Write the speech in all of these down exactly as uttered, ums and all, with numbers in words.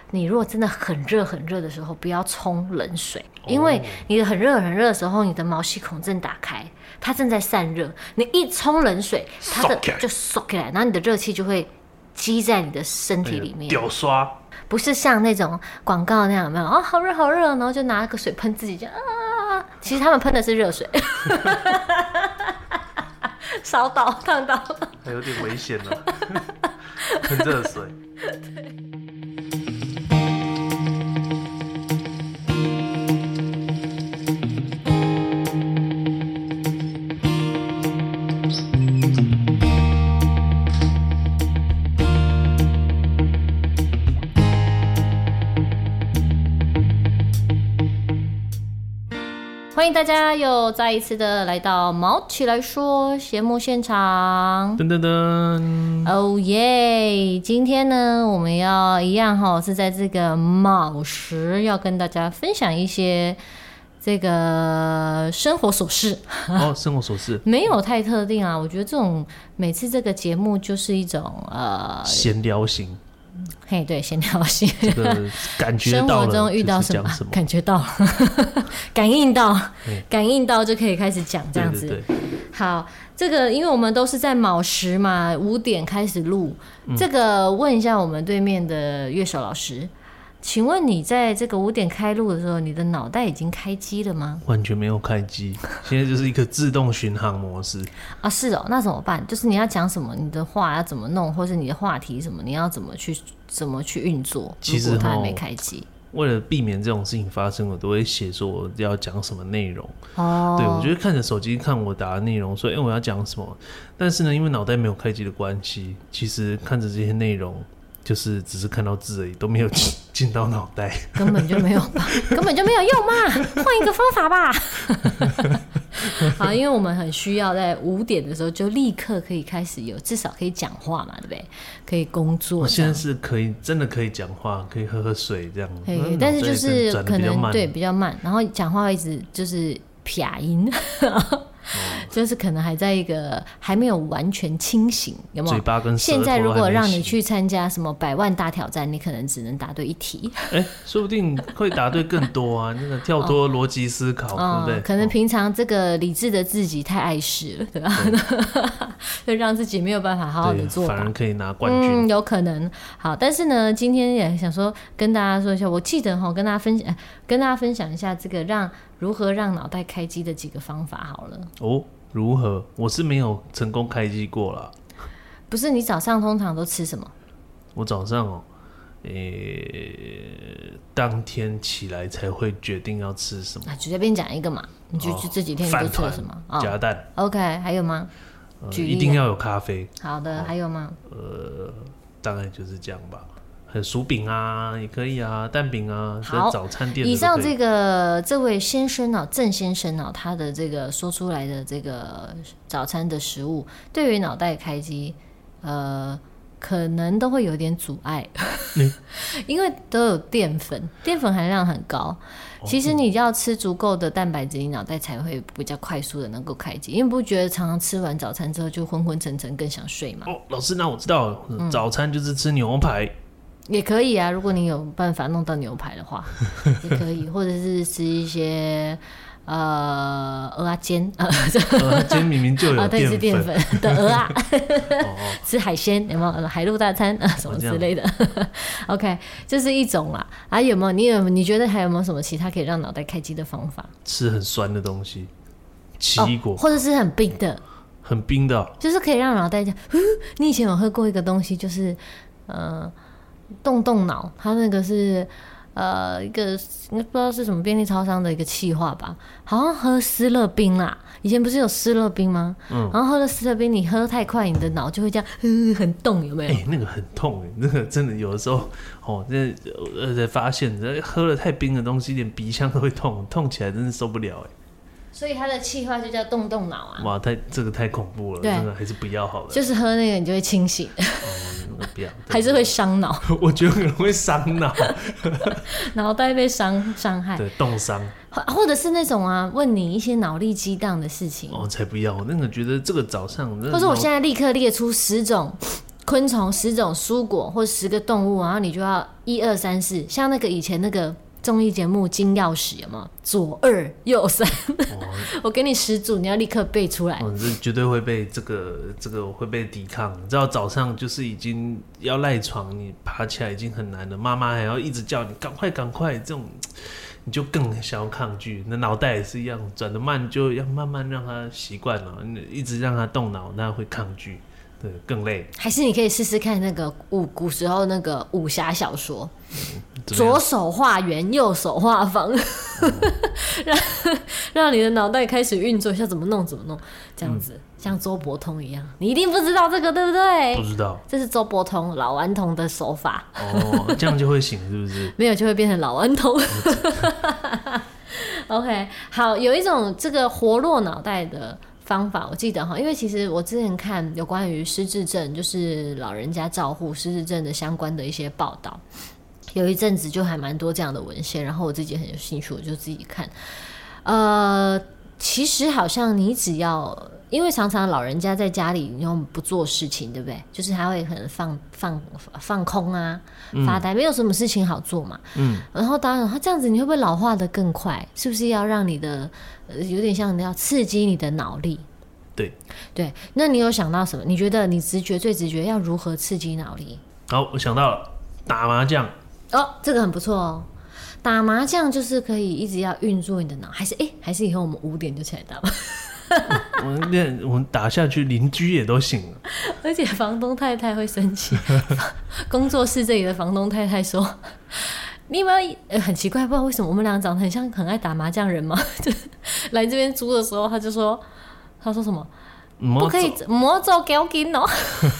你如果真的很热很热的时候，不要冲冷水，因为你的很热很热的时候，你的毛细孔正打开，它正在散热，你一冲冷水，它的就缩起来，然后你的热气就会积在你的身体里面。 屌刷， 不是像那种广告那样，有没有？哦，好热好热，然后就拿个水喷自己，就啊，其实他们喷的是热水，烧到烫到， 还有点危险了，喷热水。 对。欢迎大家又再一次的来到毛起来说节目现场， 噔噔噔， 哦耶！今天呢，我们要一样哈，是在这个卯时要跟大家分享一些这个生活琐事。 哦，生活琐事没有太特定啊，我觉得这种每次这个节目就是一种呃闲聊型。 嘿，对，闲聊型， 这个感觉到了， 生活中遇到什么， 就是什么感觉到了，感应到，感应到就可以开始讲这样子。 对对对， 好，这个因为我们都是在卯时嘛，五点开始录、嗯。这个问一下我们对面的乐手老师，请问你在这个五点开录的时候，你的脑袋已经开机了吗？ 完全没有开机，现在就是一个自动巡航模式啊。是哦，那怎么办？就是你要讲什么，你的话要怎么弄，或是你的话题什么，你要怎么去怎么去运作？ 其实如果它还没开机， 为了避免这种事情发生，我都会写说我要讲什么内容。 哦， 对，我就会看着手机看我打的内容，说哎、欸、我要讲什么。但是呢，因为脑袋没有开机的关系，其实看着这些内容。就是只是看到字而已，都没有进到脑袋， 根本就没有吧，根本就没有用嘛，换一个方法吧。好，因为我们很需要在五点的时候就立刻可以开始有，至少可以讲话嘛，对不对？可以工作。 我现在是可以真的可以讲话，可以喝喝水这样。 嗯、但是就是可能对比较慢，然后讲话会一直就是撇音。就是可能还在一个还没有完全清醒，有没有？ 嘴巴跟舌头现在如果让你去参加什么百万大挑战，你可能只能答对一题。 哎、欸，说不定会答对更多啊！那个跳脱逻辑思考，哦、对不对？ 可能平常这个理智的自己太碍事了，对吧？就让自己没有办法好好的做， 反而可以拿冠军、 嗯，有可能。好，但是呢，今天也想说跟大家说一下，我记得哈，跟大家分享，跟大家分享一下这个让如何让脑袋开机的几个方法好了。 哦。如何？我是没有成功开机过啦。 不是，你早上通常都吃什么？我早上哦，诶、欸，当天起来才会决定要吃什么。 啊，随便讲一个嘛，你就、哦、这几天你都吃了什么？ 夹蛋、 哦。OK， 还有吗？ 呃、一定要有咖啡。 好的，还有吗？ 呃，大概就是这样吧。还有薯饼啊，也可以啊，蛋饼啊， 好， 早餐店。 以上这个这位先生哦，郑先生哦，他的这个说出来的这个早餐的食物，对于脑袋开机，呃，可能都会有点阻碍，嗯、因为都有淀粉，淀粉含量很高。其实你要吃足够的蛋白质，你脑袋才会比较快速的能够开机。因为不觉得常常吃完早餐之后就昏昏沉沉，更想睡吗？ 哦，老师，那我知道了，嗯、早餐就是吃牛排。 也可以啊，如果你有办法弄到牛排的话，也可以，或者是吃一些呃蚵仔煎， 蚵仔煎明明就有淀粉， 对，是淀粉的蚵仔，吃海鲜有没有海陆大餐啊什么之类的 ？OK， 这是一种啦。啊，有没有你有你觉得还有没有什么其他可以让脑袋开机的方法？ 吃很酸的东西，奇异果、 哦，或者是很冰的， 很冰的、哦， 就是可以让脑袋这样。你以前有喝过一个东西，就是呃。动动脑，它那个是呃一个不知道是什么便利超商的一个企划吧，好像喝思乐冰啦。以前不是有思乐冰吗？嗯，然后喝了思乐冰，你喝太快，你的脑就会这样，嗯，很动，有没有？ 哎、欸，那个很痛哎，那个真的有的时候哦，那呃才发现，喝了太冰的东西，连鼻腔都会痛，痛起来真是受不了哎。 所以它的企划就叫动动脑啊！ 哇，太这个太恐怖了，真的还是不要好了。 就是喝那个你就会清醒， 哦，不要， 还是会伤脑。 我觉得可能会伤脑， 脑袋被伤伤害， 对，冻伤， 或者是那种啊，问你一些脑力激荡的事情。 哦，才不要！我那个觉得这个早上， 或者我现在立刻列出十种昆虫、十种蔬果或十个动物，然后你就要一二三四，像那个以前那个综艺节目《金钥匙》有没有？左二右三，哦、我给你十组，你要立刻背出来。 哦，这绝对会被这个这个会被抵抗。你知道早上就是已经要赖床，你爬起来已经很难了，妈妈还要一直叫你赶快赶快，这种你就更想要抗拒。那脑袋也是一样，转得慢就要慢慢让他习惯了，一直让他动脑，那会抗拒。对，更累。还是你可以试试看那个古古时候那个武侠小说， 嗯、 左手画圆，右手画方，嗯、让让你的脑袋开始运作一下，怎么弄怎么弄，这样子、嗯、像周伯通一样。你一定不知道这个，对不对？ 不知道， 这是周伯通老顽童的手法。 哦，这样就会醒，是不是？ 没有，就会变成老顽童。OK， 好，有一种这个活络脑袋的方法，我记得哈，因为其实我之前看有关于失智症，就是老人家照护失智症的相关的一些报道，有一阵子就还蛮多这样的文献，然后我自己很有兴趣，我就自己看。呃，其实好像你只要，因为常常老人家在家里又不做事情，对不对？就是他会可能放放放空啊，发呆，嗯、没有什么事情好做嘛。嗯。然后当然，他这样子你会不会老化的更快？是不是要让你的？有点像你要刺激你的脑力， 对对。那你有想到什么？你觉得你直觉最直觉要如何刺激脑力？ 好，我想到了，打麻将。 哦，这个很不错哦。打麻将就是可以一直要运作你的脑，还是哎、欸，还是以后我们五点就起来打吧。 我们我们打下去，邻居也都醒了。 而且房东太太会生气。工作室这里的房东太太说。你有没有、呃、很奇怪，不知道为什么我们俩长得很像很爱打麻将人吗？就是来这边租的时候，他就说，他说什么不可以魔咒给我紧哦。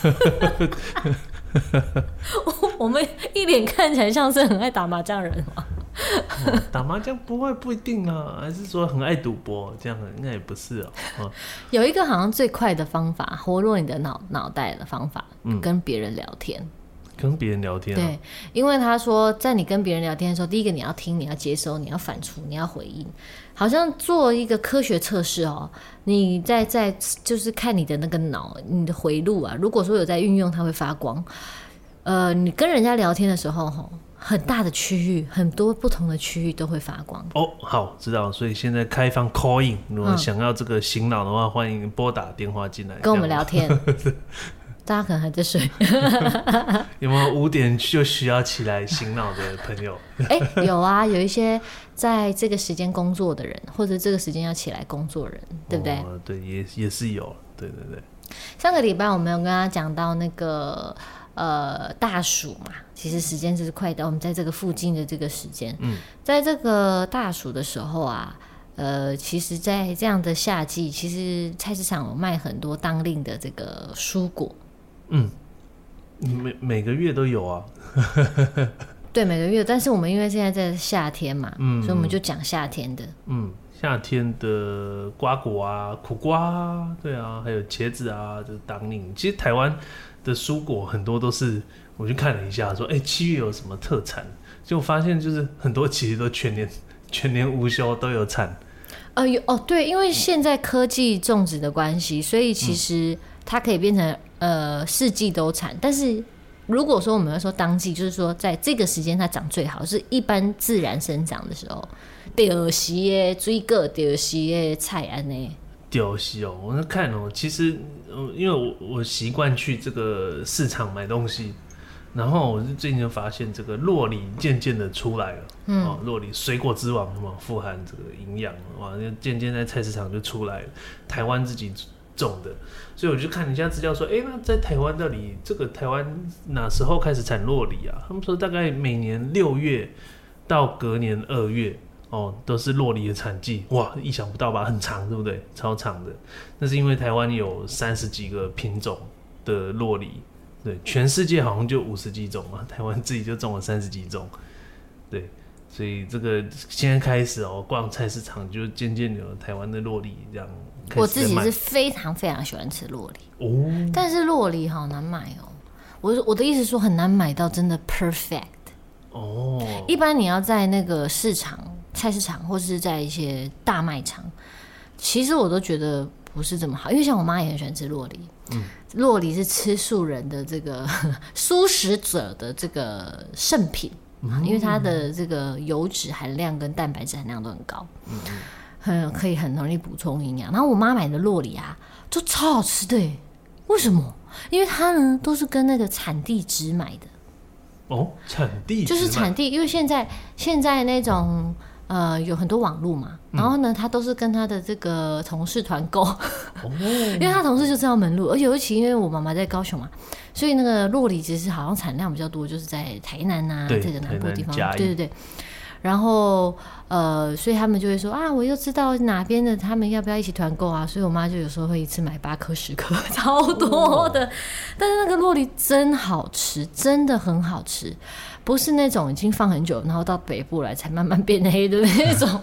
我们一脸看起来像是很爱打麻将人吗？ 哦、打麻将不会不一定啊，还是说很爱赌博这样的，应该也不是哦。哦有一个好像最快的方法，活络你的脑脑袋的方法，嗯、跟别人聊天。 跟别人聊天、啊， 对，因为他说，在你跟别人聊天的时候，第一个你要听，你要接收，你要反刍，你要回应，好像做一个科学测试哦。你在在就是看你的那个脑，你的回路啊，如果说有在运用，它会发光。呃，你跟人家聊天的时候，哈，很大的区域，很多不同的区域都会发光。 哦，好，知道。所以现在开放 call in， 如果想要这个醒脑的话，嗯、欢迎拨打电话进来跟我们聊天。大家可能还在睡。 有没有五点就需要起来醒脑的朋友？ 哎、欸，有啊，有一些在这个时间工作的人，或者这个时间要起来工作人，对不对？ 哦、对，也也是有，对对对。 上个礼拜我们有跟他讲到那个呃大暑嘛，其实时间就是快到，我们在这个附近的这个时间，嗯，在这个大暑的时候啊。呃，其实，在这样的夏季，其实菜市场有卖很多当令的这个蔬果。嗯， 每每个月都有啊。 对，每个月，但是我们因为现在在夏天嘛，嗯，所以我们就讲夏天的。 嗯，夏天的瓜果啊，苦瓜啊，对啊，还有茄子啊，就是当令。其实台湾的蔬果很多都是，我去看了一下，说，哎、欸，七月有什么特产？结果发现就是很多其实都全年全年无休都有产。 呃，有哦，对，因为现在科技种植的关系，所以其实它可以变成呃四季都产。但是如果说我们要说当季，就是说在这个时间它长最好，是一般自然生长的时候，就是的水果，就是的菜安呢。 就是哦，我在看哦，其实因为我我习惯去这个市场买东西。然后我最近就发现，这个酪梨渐渐的出来了。嗯，哦，酪梨水果之王嘛，富含这个营养，哇，渐渐在菜市场就出来了。台湾自己种的，所以我就看一下资料说，哎，那在台湾那里，这个台湾哪时候开始产酪梨啊？他们说大概每年六月到隔年二月，哦，都是酪梨的产季。哇，意想不到吧？很长，对不对？超长的。那是因为台湾有三十几个品种的酪梨。对，全世界好像就五十几种嘛，台湾自己就种了三十几种，对，所以这个现在开始哦，逛菜市场就渐渐有台湾的酪梨这样开始。 我自己是非常非常喜欢吃酪梨哦，但是酪梨好难买哦。我我的意思说很难买到真的 perfect 哦。一般你要在那个市场、菜市场或是在一些大卖场，其实我都觉得不是这么好，因为像我妈也很喜欢吃酪梨，嗯，酪梨是吃素人的这个素食者的这个圣品，嗯、因为它的这个油脂含量跟蛋白质含量都很高，嗯，很可以很容易补充营养。然后我妈买的酪梨啊，就超好吃的耶，为什么？因为它呢都是跟那个产地直买的。 哦，产地就是产地，因为现在现在那种呃有很多网路嘛，然后呢，他都是跟他的这个同事团购，哦、因为他同事就知道门路，而且尤其因为我妈妈在高雄嘛，所以那个酪梨其实好像产量比较多，就是在台南啊这个南部地方，对对对。然后呃，所以他们就会说啊，我又知道哪边的，他们要不要一起团购啊？所以我妈就有时候会一次买八颗、十颗，超多的。哦、但是那个酪梨真好吃，真的很好吃，不是那种已经放很久，然后到北部来才慢慢变黑的那种。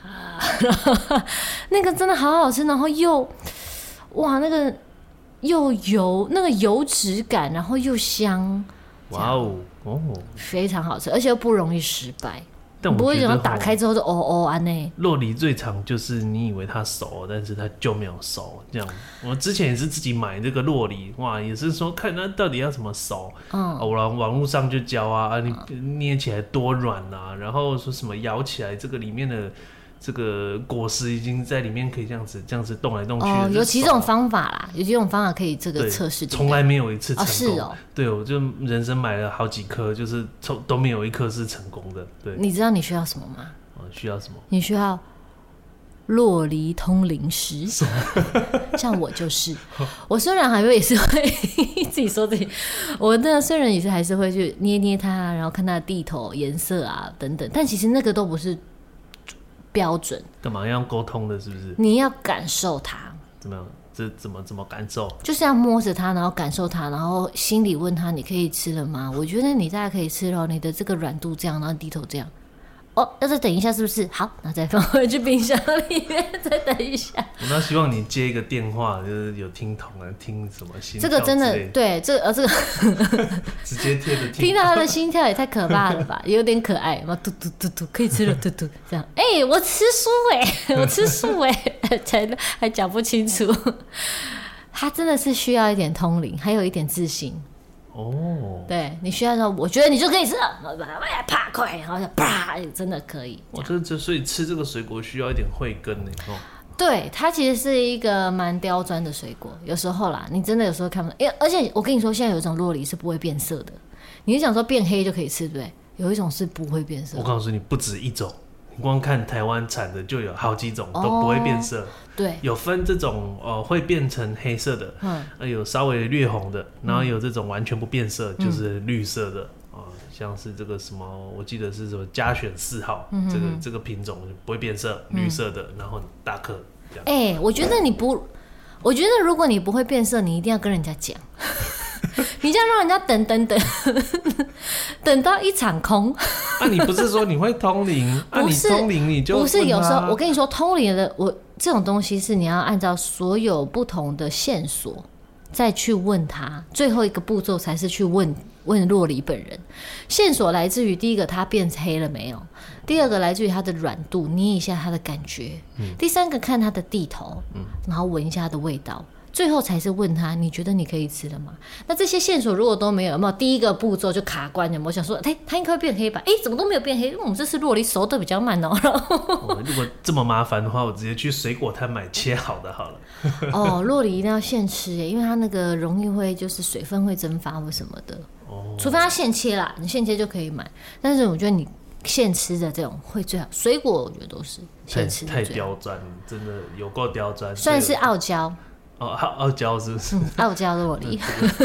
那个真的好好吃，然后又哇，那个又油，那个油脂感，然后又香。 哇哦，哦， 非常好吃，而且又不容易失败。 但我不会想打开之后就哦哦安呢。 酪梨最常就是你以为它熟，但是它就没有熟这样。我之前也是自己买这个酪梨，哇，也是说看它到底要怎么熟。嗯，我、啊、网络上就教啊，啊你捏起来多软啊，然后说什么咬起来这个里面的这个果实已经在里面可以这样子这样子动来动去的。 哦，有几种方法啦，有几种方法可以这个测试。 从来没有一次成功。哦， 是哦。 对，我就人生买了好几颗，就是都没有一颗是成功的。对。你知道你需要什么吗？ 哦，需要什么？ 你需要酪梨通灵师。像我就是，我虽然还会也是会自己说自己，我那虽然也是还是会去捏捏它，然后看它的地头颜色啊等等，但其实那个都不是标准。 干嘛要沟通的？是不是？ 你要感受它。 怎么样？这怎么怎么感受？ 就是要摸着它，然后感受它，然后心里问他：“你可以吃了吗？”我觉得你大概可以吃了，你的这个软度这样，然后低头这样。哦，要再等一下是不是？好，然后再放回去冰箱里面，再等一下。 我那希望你接一个电话，就是有听筒啊，听什么心跳这个真的对，这个呃这个直接贴着听， 听到他的心跳也太可怕了吧，有点可爱嘛，嘟嘟嘟嘟，可以吃了，嘟嘟这样。哎、欸，我吃素哎、欸，我吃素哎、欸，才还讲不清楚。他真的是需要一点通灵，还有一点自信。哦，对，你需要说，我觉得你就可以吃了，然后把它啪快，然后就啪，真的可以。 我这这所以吃这个水果需要一点慧根呢。哦， 对，它其实是一个蛮刁钻的水果，有时候啦，你真的有时候看不到。因为而且我跟你说，现在有一种酪梨是不会变色的，你是想说变黑就可以吃，对不对？有一种是不会变色的。 我告诉你，不止一种。光看台湾产的就有好几种都不会变色，哦、 对， 有分这种、呃、会变成黑色的，嗯，有稍微略红的，然后有这种完全不变色，嗯、就是绿色的啊、呃，像是这个什么，我记得是什么嘉选四号，嗯、这个这个品种不会变色，绿色的，然后大颗这样。 哎、欸，我觉得你不，我觉得如果你不会变色，你一定要跟人家讲。你这样让人家等等等等到一场空。 啊，你不是说你会通灵？啊，你通灵你就不是有时候我跟你说通灵的，我这种东西是你要按照所有不同的线索再去问他，最后一个步骤才是去问问酪梨本人。线索来自于第一个他变黑了没有，第二个来自于它的软度，捏一下它的感觉，嗯、第三个看它的地头，嗯、然后闻一下它的味道。最后才是问他，你觉得你可以吃了吗？那这些线索如果都没有，有没有第一个步骤就卡关？有没有想说，哎、欸，它应该会变黑吧？哎、欸，怎么都没有变黑？因为我们这次酪梨熟的比较慢哦。 哦，如果这么麻烦的话，我直接去水果摊买切好的好了。 哦，酪梨一定要现吃耶，因为它那个容易会就是水分会蒸发或什么的。哦，除非它现切啦，你现切就可以买。但是我觉得你现吃的这种会最好，水果我觉得都是现吃的最好。 太刁钻，真的有够刁钻， 算是傲娇。 哦，傲娇是不是？ 嗯，傲娇酪梨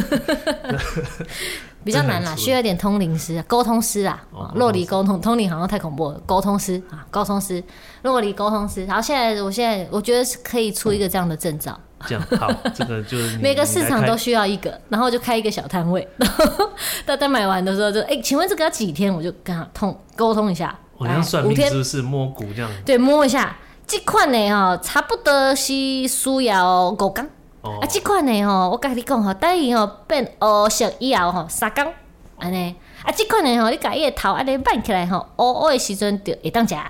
比较难啦，需要一点通灵师、沟通师啊。酪梨沟通，通灵好像太恐怖了。沟通师啊，沟通师，酪梨沟通师。然后现在，我现在我觉得是可以出一个这样的证照。 这样好，这个就是每个市场都需要一个，然后就开一个小摊位，然后大家买完的时候就，哎、欸，请问这个要几天？我就跟他通沟通一下。 我像算命是不是摸骨这样？ 对，摸一下。这款的吼，差不多是需要五天。哦、啊，这款的吼，我跟你讲吼，等伊吼变黑色以后吼，三天安尼。啊，这款的吼，你把伊的头安尼挽起来吼，黑黑的时阵就会当食。 哇，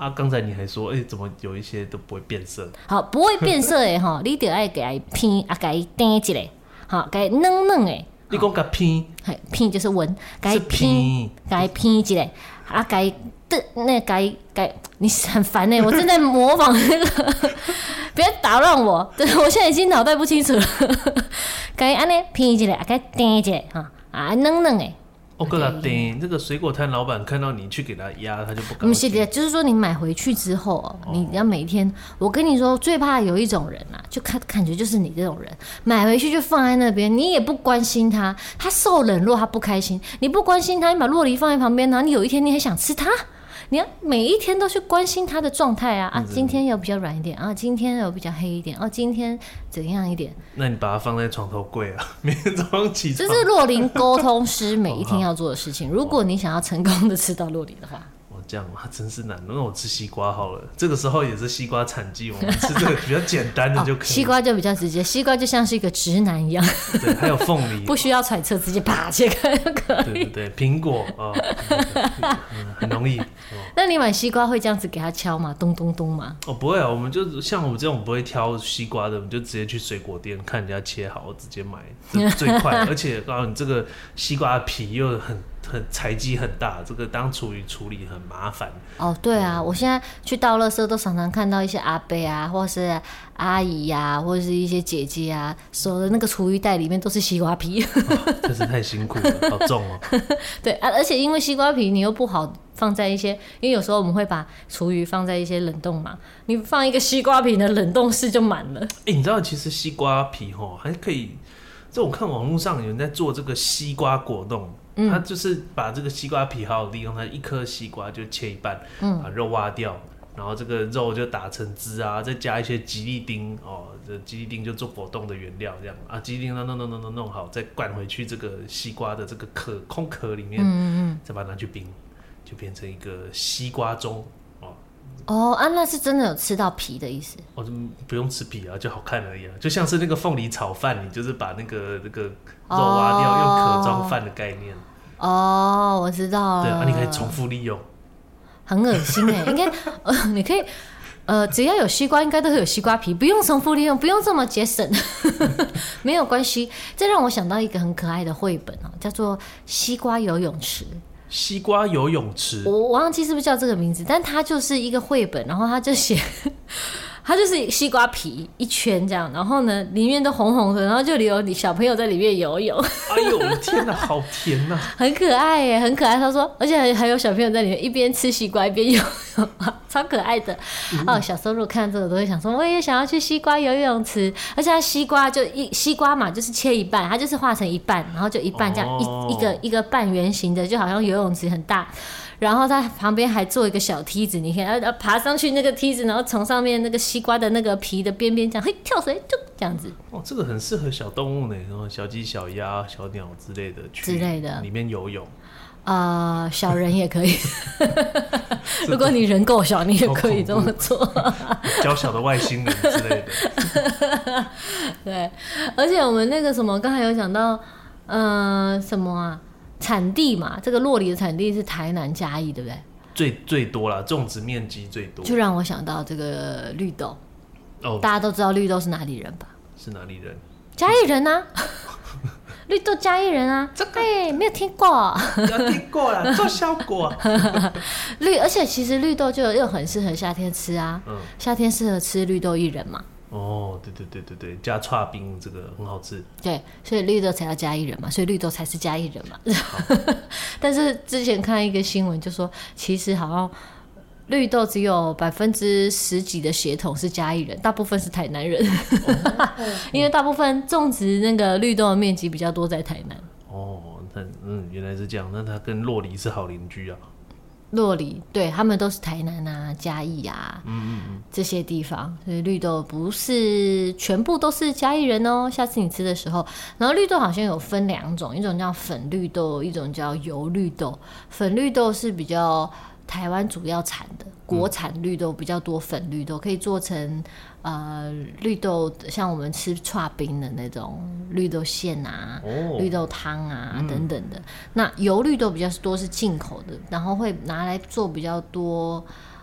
啊，刚才你还说，哎、欸，怎么有一些都不会变色？ 好，不会变色的哈，你就要给它偏啊，给它颠一下，好，给它嫩嫩的。 你讲给偏， 偏就是闻，给它偏，给它偏一下，啊，给它那给给，你很烦呢、欸，我正在模仿那个，不要打乱我，对我现在已经脑袋不清楚了。给它安尼偏一下，给它颠一下，哈，啊，嫩嫩的。 我跟他订这个水果摊老板看到你去给他压，他就不高兴。 不是的，就是说你买回去之后、哦，你要每天，我跟你说，最怕有一种人啊，就看感觉就是你这种人，买回去就放在那边，你也不关心他，他受冷落，他不开心，你不关心他，你把酪梨放在旁边，然后你有一天你还想吃它。你要每一天都去关心他的状态啊啊！今天有比较软一点啊，今天有比较黑一点哦、啊，今天怎样一点？ 那你把它放在床头柜啊，明天早上起床。 这是酪梨沟通师每一天要做的事情。如果你想要成功的吃到酪梨的话， 哦，这样嘛，真是难。那我吃西瓜好了，这个时候也是西瓜产季，我们吃这个比较简单的就可以、哦。 西瓜就比较直接，西瓜就像是一个直男一样。 对，还有凤梨， 不需要揣测，直接啪切开就可以。 对对对，苹果啊、哦嗯，很容易。哦、 那你买西瓜会这样子给它敲吗？咚咚咚吗？ 哦，不会啊，我们就像我们这种不会挑西瓜的，我们就直接去水果店看人家切好，直接买，这最快。而且告诉你，这个西瓜的皮又很很材积很大，这个当厨余处理很麻烦。 哦，对啊，我现在去倒垃圾都常常看到一些阿伯啊，或是阿姨呀、啊，或者是一些姐姐啊，手的那个厨余袋里面都是西瓜皮， 哦、真是太辛苦了，好重哦。 对啊，而且因为西瓜皮你又不好放在一些，因为有时候我们会把厨余放在一些冷冻嘛，你放一个西瓜皮的冷冻室就满了。 哎、欸，你知道其实西瓜皮吼还可以，这我看网络上有人在做这个西瓜果冻。嗯、他就是把这个西瓜皮好好利用，它一颗西瓜就切一半，嗯、把肉挖掉，然后这个肉就打成汁啊，再加一些吉利丁哦，这吉利丁就做果冻的原料，这样啊，吉利丁弄弄弄弄弄好，再灌回去这个西瓜的这个壳空壳里面，嗯嗯再把它拿去冰，就变成一个西瓜盅哦。 哦啊，那是真的有吃到皮的意思。 哦，不用吃皮啊，就好看而已啊，就像是那个凤梨炒饭，你就是把那个那个肉挖掉，哦、用壳装饭的概念。 哦，我知道了。 对啊，你可以重复利用。 很恶心哎、欸，应该呃，你可以呃，只要有西瓜，应该都会有西瓜皮，不用重复利用，不用这么节省，没有关系。这让我想到一个很可爱的绘本哦，叫做《西瓜游泳池》。 西瓜游泳池， 我忘记是不是叫这个名字，但它就是一个绘本，然后它就写。它就是西瓜皮一圈这样，然后呢，里面都红红的，然后就有你小朋友在里面游泳。 哎呦，天哪，好甜呐、啊！ 很可爱耶，很可爱。他说，而且还还有小朋友在里面一边吃西瓜一边游泳，超可爱的。嗯、哦，小时候如果看这个都会想说，我也想要去西瓜游泳池。而且它西瓜就一西瓜嘛，就是切一半，它就是画成一半，然后就一半这样、哦、一一个一个半圆形的，就好像游泳池很大。然后它旁边还做一个小梯子，你看要爬上去那个梯子，然后从上面那个西瓜的那个皮的边边这样，嘿，跳水就这样子。 哦，这个很适合小动物呢，然后小鸡、小鸭、小鸟之类的去之类的里面游泳。 啊、呃，小人也可以。如果你人够小，你也可以这么做。 娇小的外星人之类的。 对，而且我们那个什么，刚才有讲到，嗯、呃，什么啊？产地嘛，这个酪梨的产地是台南嘉义，对不对？ 最最多啦，种植面积最多。 就让我想到这个绿豆。 哦， 大家都知道绿豆是哪里人吧？ 是哪里人？ 嘉义人啊。绿豆嘉义人啊，这个、欸、没有听过。 有听过啦，做效果。 绿，而且其实绿豆就又很适合夏天吃啊。嗯，夏天适合吃绿豆薏仁嘛。 哦，对对对对对，加剉冰这个很好吃。 对，所以绿豆才要加薏仁嘛，所以绿豆才是加薏仁嘛。但是之前看一个新闻就说，其实好像绿豆只有百分之十几的血统是嘉义人，大部分是台南人。哦、因为大部分种植那个绿豆的面积比较多在台南。 哦，那嗯，原来是这样，那它跟酪梨是好邻居啊。 酪梨，对，他们都是台南啊、嘉义啊，嗯嗯嗯这些地方，所以绿豆不是全部都是嘉义人哦。下次你吃的时候，然后绿豆好像有分两种，一种叫粉绿豆，一种叫油绿豆。粉绿豆是比较台湾主要产的国产绿豆，比较多粉绿豆，可以做成呃绿豆，像我们吃剉冰的那种绿豆馅啊、哦、绿豆汤啊、嗯、等等的。那油绿豆比较多是进口的，然后会拿来做比较多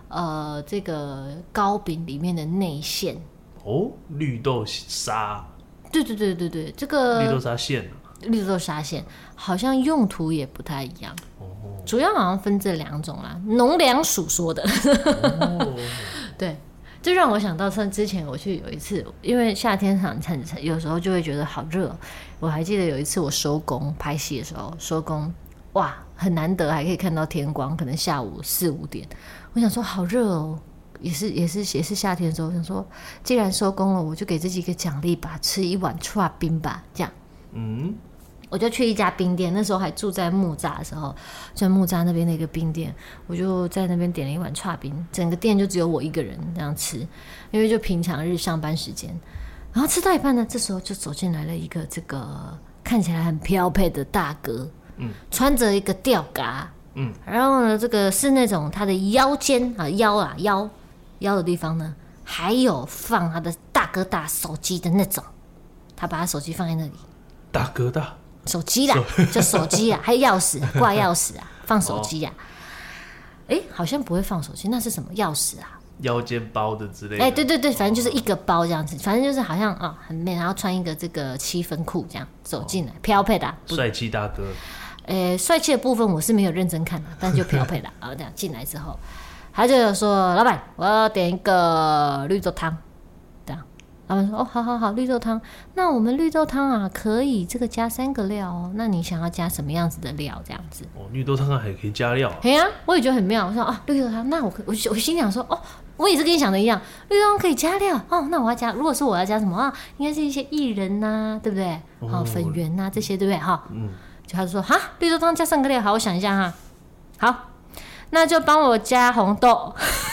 呃这个糕饼里面的内馅。 哦，绿豆沙。 对对对对对，这个绿豆沙馅、啊， 绿豆沙馅好像用途也不太一样。哦，主要好像分这两种啦。农粮署说的。哦，对。就让我想到，像之前我去有一次，因为夏天很很有时候就会觉得好热。我还记得有一次我收工拍戏的时候，收工哇很难得还可以看到天光，可能下午四五点，我想说好热哦，也是也是也是夏天的时候，我想说既然收工了，我就给自己一个奖励吧，吃一碗剉冰吧，这样。嗯。我就去一家冰店，那时候还住在木栅的时候，在木栅那边的一个冰店，我就在那边点了一碗剉冰，整个店就只有我一个人这样吃，因为就平常日上班时间。然后吃到一半呢，这时候就走进来了一个这个看起来很飘配的大哥，嗯，穿着一个吊嘎，嗯，然后呢，这个是那种他的腰间啊腰啊腰腰的地方呢，还有放他的大哥大手机的那种，他把他手机放在那里， 大哥大。 手机啦，就手机啦，还有钥匙，挂钥匙啊，放手机啊。哎、欸，好像不会放手机，那是什么钥匙啊？ 腰间包的之类的。 哎、欸，对对对，反正就是一个包这样子，反正就是好像啊、哦、很 man， 然后穿一个这个七分裤这样走进来，飘配的、啊。 帅气大哥。 呃，帅气的部分我是没有认真看的，但就飘配的。然后这样进来之后，他就说：“老板，我要点一个绿豆汤。”他们说：“哦，好好好，绿豆汤。那我们绿豆汤啊，可以这个加三个料哦。那你想要加什么样子的料？这样子哦，绿豆汤还可以加料、啊。 对呀、啊，我也觉得很妙。我说啊，绿豆汤，那我我我心想说，哦，我也是跟你想的一样，绿豆汤可以加料哦。那我要加，如果是我要加什么啊？应该是一些薏仁呐，对不对？哦，粉圆呐、啊、这些，对不对？哈，嗯。就他就说哈，绿豆汤加三个料，好，我想一下哈。好，那就帮我加红豆。”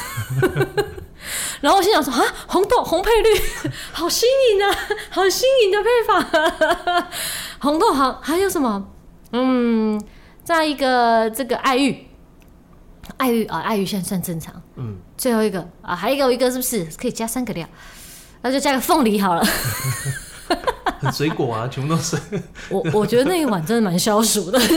然后我心想说啊，红豆红配绿，好新颖啊，好新颖的配法。红豆好，还有什么？嗯，再一个这个爱玉，爱玉啊，爱玉现在算正常。嗯，最后一个啊，还有一个是不是可以加三个料？那就加个凤梨好了。 很水果啊，全部都是。 我我觉得那一碗真的蛮消暑的。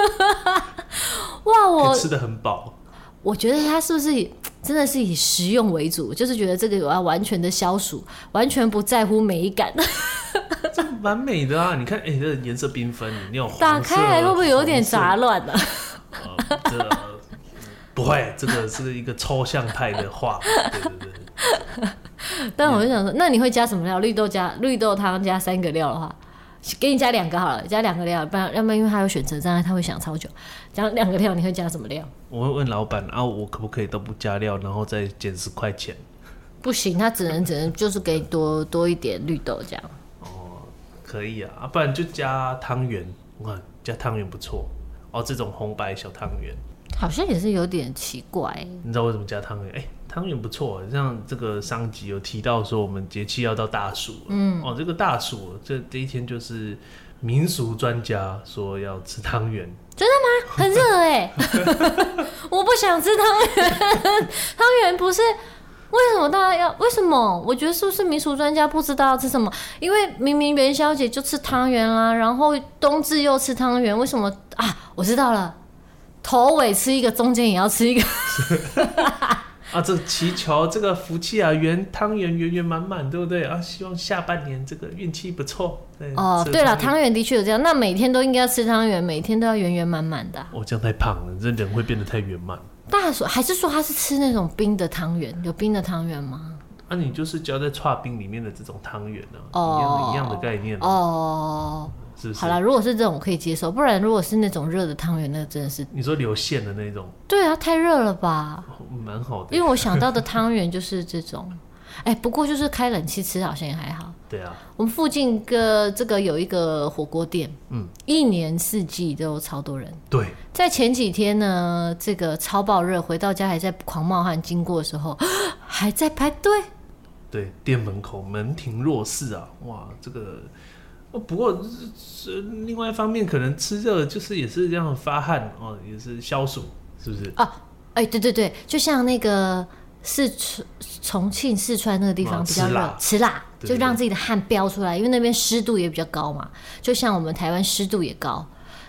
哇，我吃得很饱。 我觉得他是不是真的是以实用为主？就是觉得这个我要完全的消暑，完全不在乎美感。 这蛮美的啊！你看，哎、欸，这颜色缤纷，你有黄色打开来会不会有点杂乱呢、啊？ 呃，这不会，这个是一个抽象派的画。对对对。 但我就想说，那你会加什么料？绿豆加绿豆汤加三个料的话，给你加两个好了，加两个料，不然要不然因为他有选择障碍，他会想超久。加两个料，你会加什么料？ 我会问老板啊，我可不可以都不加料，然后再减十块钱？ 不行，他只能只能就是给你多多一点绿豆这样。 哦，可以啊，啊不然就加汤圆，我看加汤圆不错哦，这种红白小汤圆。 好像也是有点奇怪、欸， 你知道为什么加汤圆？哎、欸，汤圆不错，像这个上集有提到说我们节气要到大暑了，嗯，哦，这个大暑这这一天就是民俗专家说要吃汤圆， 真的吗？很热哎、欸，我不想吃汤圆，汤圆不是。为什么大家要？为什么？我觉得是不是民俗专家不知道要吃什么？因为明明元宵节就吃汤圆啦，然后冬至又吃汤圆，为什么啊？我知道了。头尾吃一个，中间也要吃一个。 啊，这祈求这个福气啊，圆汤圆圆圆满满，对不对啊？希望下半年这个运气不错。 哦，对了，汤圆的确有这样，那每天都应该要吃汤圆，每天都要圆圆满满的、啊。 哦，这样太胖了，这人会变得太圆满。 大暑还是说他是吃那种冰的汤圆？有冰的汤圆吗？ 啊，你就是浇在剉冰里面的这种汤圆啊，哦、一样的一样的概念、啊、 哦。是不是好啦，如果是这种我可以接受，不然如果是那种热的汤圆，那真的是你说流线的那种， 对啊，太热了吧？ 蛮、哦、好的， 因为我想到的汤圆就是这种，哎、欸，不过就是开冷气吃好像也还好。 对啊， 我们附近个这个有一个火锅店，嗯，一年四季都有超多人。 对， 在前几天呢，这个超爆热，回到家还在狂冒汗，经过的时候还在排队。 对，店门口门庭若市啊，哇，这个。不过，另外一方面，可能吃热就是也是这样发汗哦，也是消暑，是不是？啊， 哎、欸，对对对，就像那个四重庆、四川那个地方比较热，吃辣，就让自己的汗飙出来，因为那边湿度也比较高嘛。就像我们台湾湿度也高，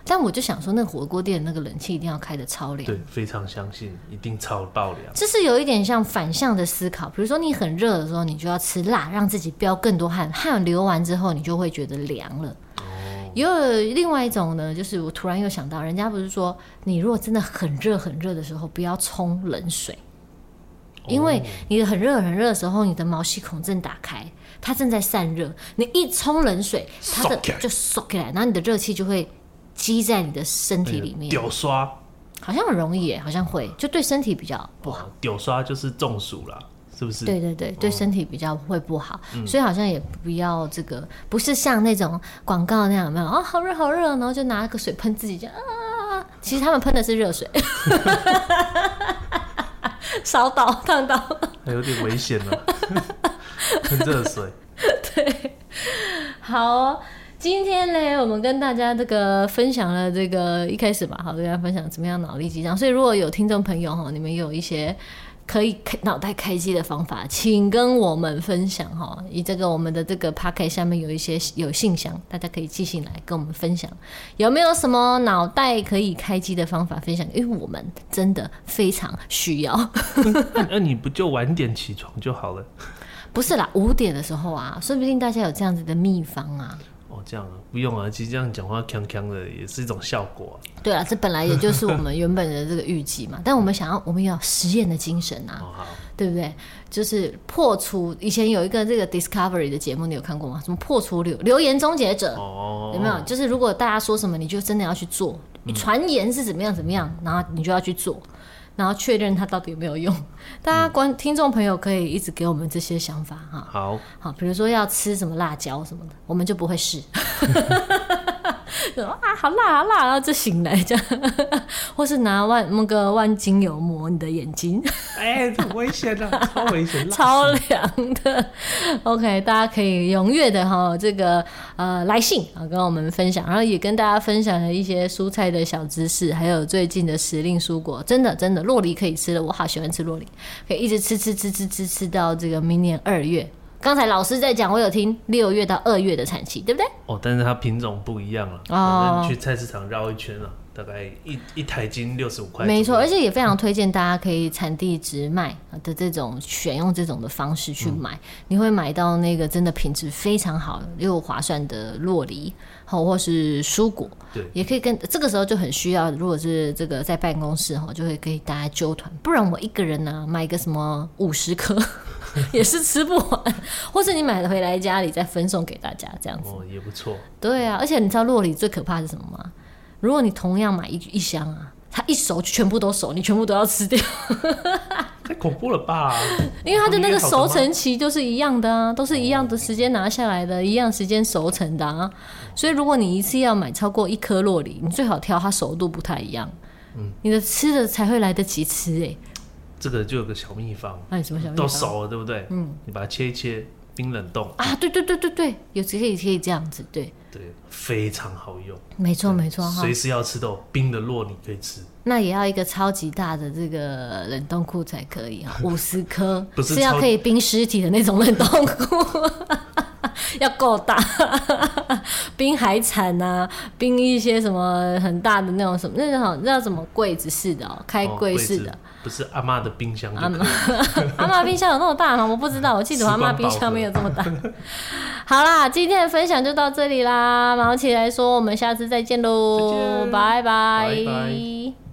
但我就想说，那火锅店那个冷气一定要开得超凉。 对，非常相信，一定超爆凉。 这是有一点像反向的思考，比如说你很热的时候，你就要吃辣，让自己飙更多汗，汗流完之后，你就会觉得凉了。也有另外一种呢，就是我突然又想到，人家不是说，你如果真的很热很热的时候，不要冲冷水，因为你很热很热的时候，你的毛细孔正打开，它正在散热，你一冲冷水，它的就缩起来，然后你的热气就会积在你的身体里面。 丢刷好像很容易耶，好像会，就对身体比较不好。 丢刷就是中暑啦。是不是？对对对，对身体比较会不好，嗯、所以好像也不要这个，不是像那种广告那样，有没有啊？好热好热，然后就拿个水喷自己，这样啊。其实他们喷的是热水，烧到烫到， 还有点危险了。喷热水， 对，好、哦。今天呢，我们跟大家这个分享了这个一开始吧，好，跟大家分享怎么样脑力激荡。所以如果有听众朋友哈，你们有一些可以脑袋开机的方法，请跟我们分享哈。以这个我们的这个 podcast 下面有一些有信箱，大家可以寄信来跟我们分享，有没有什么脑袋可以开机的方法分享？因为我们真的非常需要。 那你不就晚点起床就好了？ 不是啦，五点的时候啊，说不定大家有这样子的秘方啊。 哦，这样啊，不用啊，其实这样讲话锵锵的也是一种效果、啊。对啊，这本来也就是我们原本的这个预计嘛，但我们想要，我们要实验的精神啊， 哦、 对不对？就是破除以前有一个这个 Discovery 的节目，你有看过吗？什么破除留留言终结者、哦，有没有？就是如果大家说什么，你就真的要去做。你传言是怎么样怎么样，然后你就要去做。然后确认它到底有没有用，大家观听众朋友可以一直给我们这些想法哈。 好， 好，比如说要吃什么辣椒什么的，我们就不会试。啊，好辣好辣，然后就醒来这样，或是拿万那个万金油抹你的眼睛， 哎、欸，很危险的，超危险， 超凉的。OK， 大家可以踊跃的哈，这个呃来信啊，跟我们分享，然后也跟大家分享了一些蔬菜的小知识，还有最近的时令蔬果，真的真的酪梨可以吃了，我好喜欢吃酪梨，可以一直吃吃吃吃吃吃到这个明年二月。刚才老师在讲，我有听六月到二月的产期，对不对？ 哦，但是它品种不一样了。哦，去菜市场绕一圈了，大概一一台斤六十五块。 没错，而且也非常推荐大家可以产地直卖的这种选用这种的方式去买，嗯、你会买到那个真的品质非常好又划算的酪梨，或是蔬果。 对， 也可以跟这个时候就很需要，如果是这个在办公室就会可以大家揪团，不然我一个人呢、啊、买一个什么五十颗。也是吃不完，或是你买回来家里再分送给大家这样子， 哦，也不错。 对啊，而且你知道酪梨最可怕的是什么吗？如果你同样买 一, 一箱啊，它一熟就全部都熟，你全部都要吃掉， 太恐怖了吧？ 因为它的那个熟成期就是一样的啊，都是一样的时间拿下来的，一样时间熟成的啊。所以如果你一次要买超过一颗酪梨，你最好挑它熟度不太一样，嗯，你的吃的才会来得及吃哎、欸。 这个就有个小秘方， 哎、啊，什么小秘方？ 都熟了，对不对？嗯，你把它切一切，冰冷冻啊，对对对对对，有时可以可以这样子，对对，非常好用， 没错没错， 随时要吃到冰的酪梨可以吃。 那也要一个超级大的这个冷冻库才可以啊，五十颗，不是要可以冰尸体的那种冷冻库。要够大，冰海产啊，冰一些什么很大的那种什么那种那叫什么柜子式的哦，开柜式的，哦、 不是阿嬷的冰箱就可以。 阿嬷冰箱有那么大吗？我不知道，我记得我阿嬷冰箱没有这么大。好啦，今天的分享就到这里啦，毛起来说，我们下次再见喽，拜拜。 拜拜。